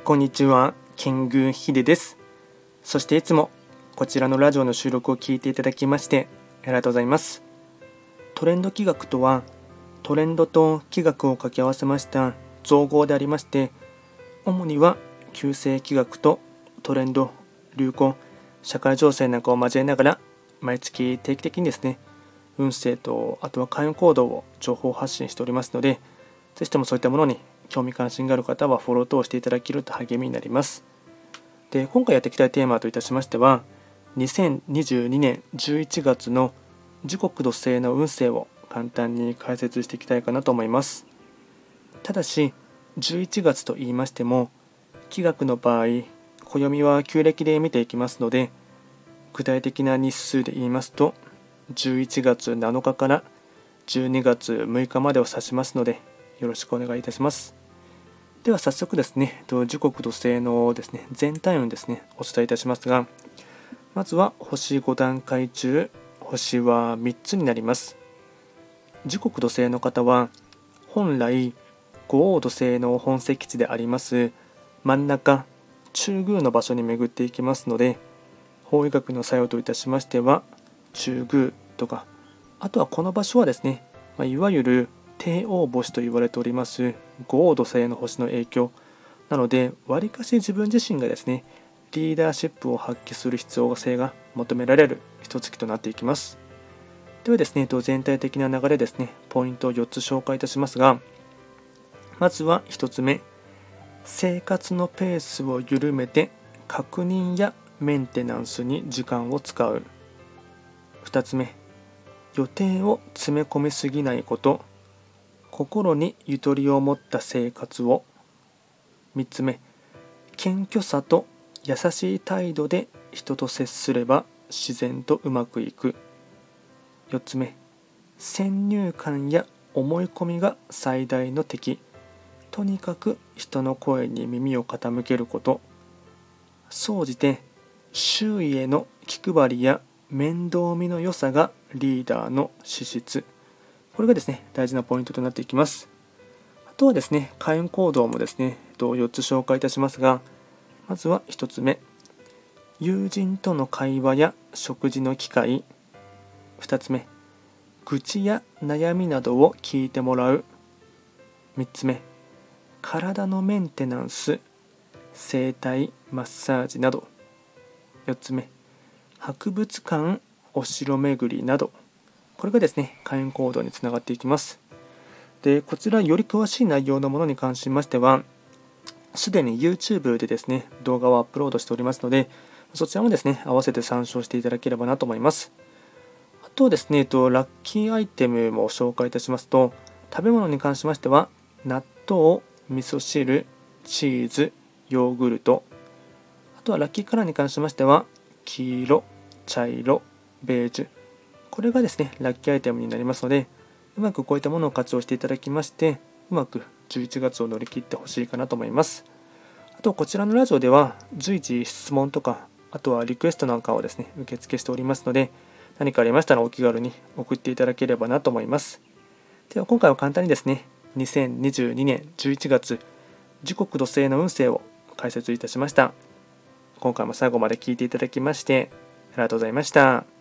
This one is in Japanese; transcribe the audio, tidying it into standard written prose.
こんにちは、キングヒデです。そしていつもこちらのラジオの収録を聞いていただきましてありがとうございます。トレンド企画とは、トレンドと企画を掛け合わせました造語でありまして、主には旧世企画とトレンド、流行、社会情勢なんかを交えながら毎月定期的にですね、運勢とあとは開運行動を情報発信しておりますので、ぜひともそういったものに興味関心がある方はフォロー等していただけると励みになります。で、今回やっていきたいテーマといたしましては、2022年11月の時刻土星の運勢を簡単に解説していきたいかなと思います。ただし、11月と言いましても、気学の場合、暦は旧暦で見ていきますので、具体的な日数で言いますと、11月7日から12月6日までを指しますので、よろしくお願いいたします。では早速ですね、時刻土星のですね、全体運ですね、お伝えいたしますが、まずは星5段階中、星は3つになります。時刻土星の方は、本来、五黄土星の本石地であります真ん中、中宮の場所に巡っていきますので、法医学の作用といたしましては、中宮とか、あとはこの場所はですね、いわゆる帝王星と言われております五黄土星の星の影響なので、わりかし自分自身がですね、リーダーシップを発揮する必要性が求められる一月となっていきます。ではですね、全体的な流れですね、ポイントを4つ紹介いたしますが、まずは1つ目、生活のペースを緩めて確認やメンテナンスに時間を使う。2つ目、予定を詰め込みすぎないこと、心にゆとりを持った生活を。3つ目、謙虚さと優しい態度で人と接すれば自然とうまくいく。4つ目、先入観や思い込みが最大の敵。とにかく人の声に耳を傾けること。総じて周囲への気配りや面倒見の良さがリーダーの資質。これがですね、大事なポイントとなっていきます。あとはですね、開運行動もですね、4つ紹介いたしますが、まずは1つ目、友人との会話や食事の機会。2つ目、愚痴や悩みなどを聞いてもらう。3つ目、体のメンテナンス、整体、マッサージなど。4つ目、博物館、お城巡りなど。これがですね、開運行動につながっていきます。で、こちらより詳しい内容のものに関しましては、すでに YouTube でですね、動画をアップロードしておりますので、そちらもですね、合わせて参照していただければなと思います。あとですね、ラッキーアイテムも紹介いたしますと、食べ物に関しましては、納豆、味噌汁、チーズ、ヨーグルト。あとはラッキーカラーに関しましては、黄色、茶色、ベージュ。これがですね、ラッキーアイテムになりますので、うまくこういったものを活用していただきまして、うまく11月を乗り切ってほしいかなと思います。あと、こちらのラジオでは随時質問とか、あとはリクエストなんかをですね、受付しておりますので、何かありましたらお気軽に送っていただければなと思います。では今回は簡単にですね、2022年11月時刻土星の運勢を解説いたしました。今回も最後まで聞いていただきましてありがとうございました。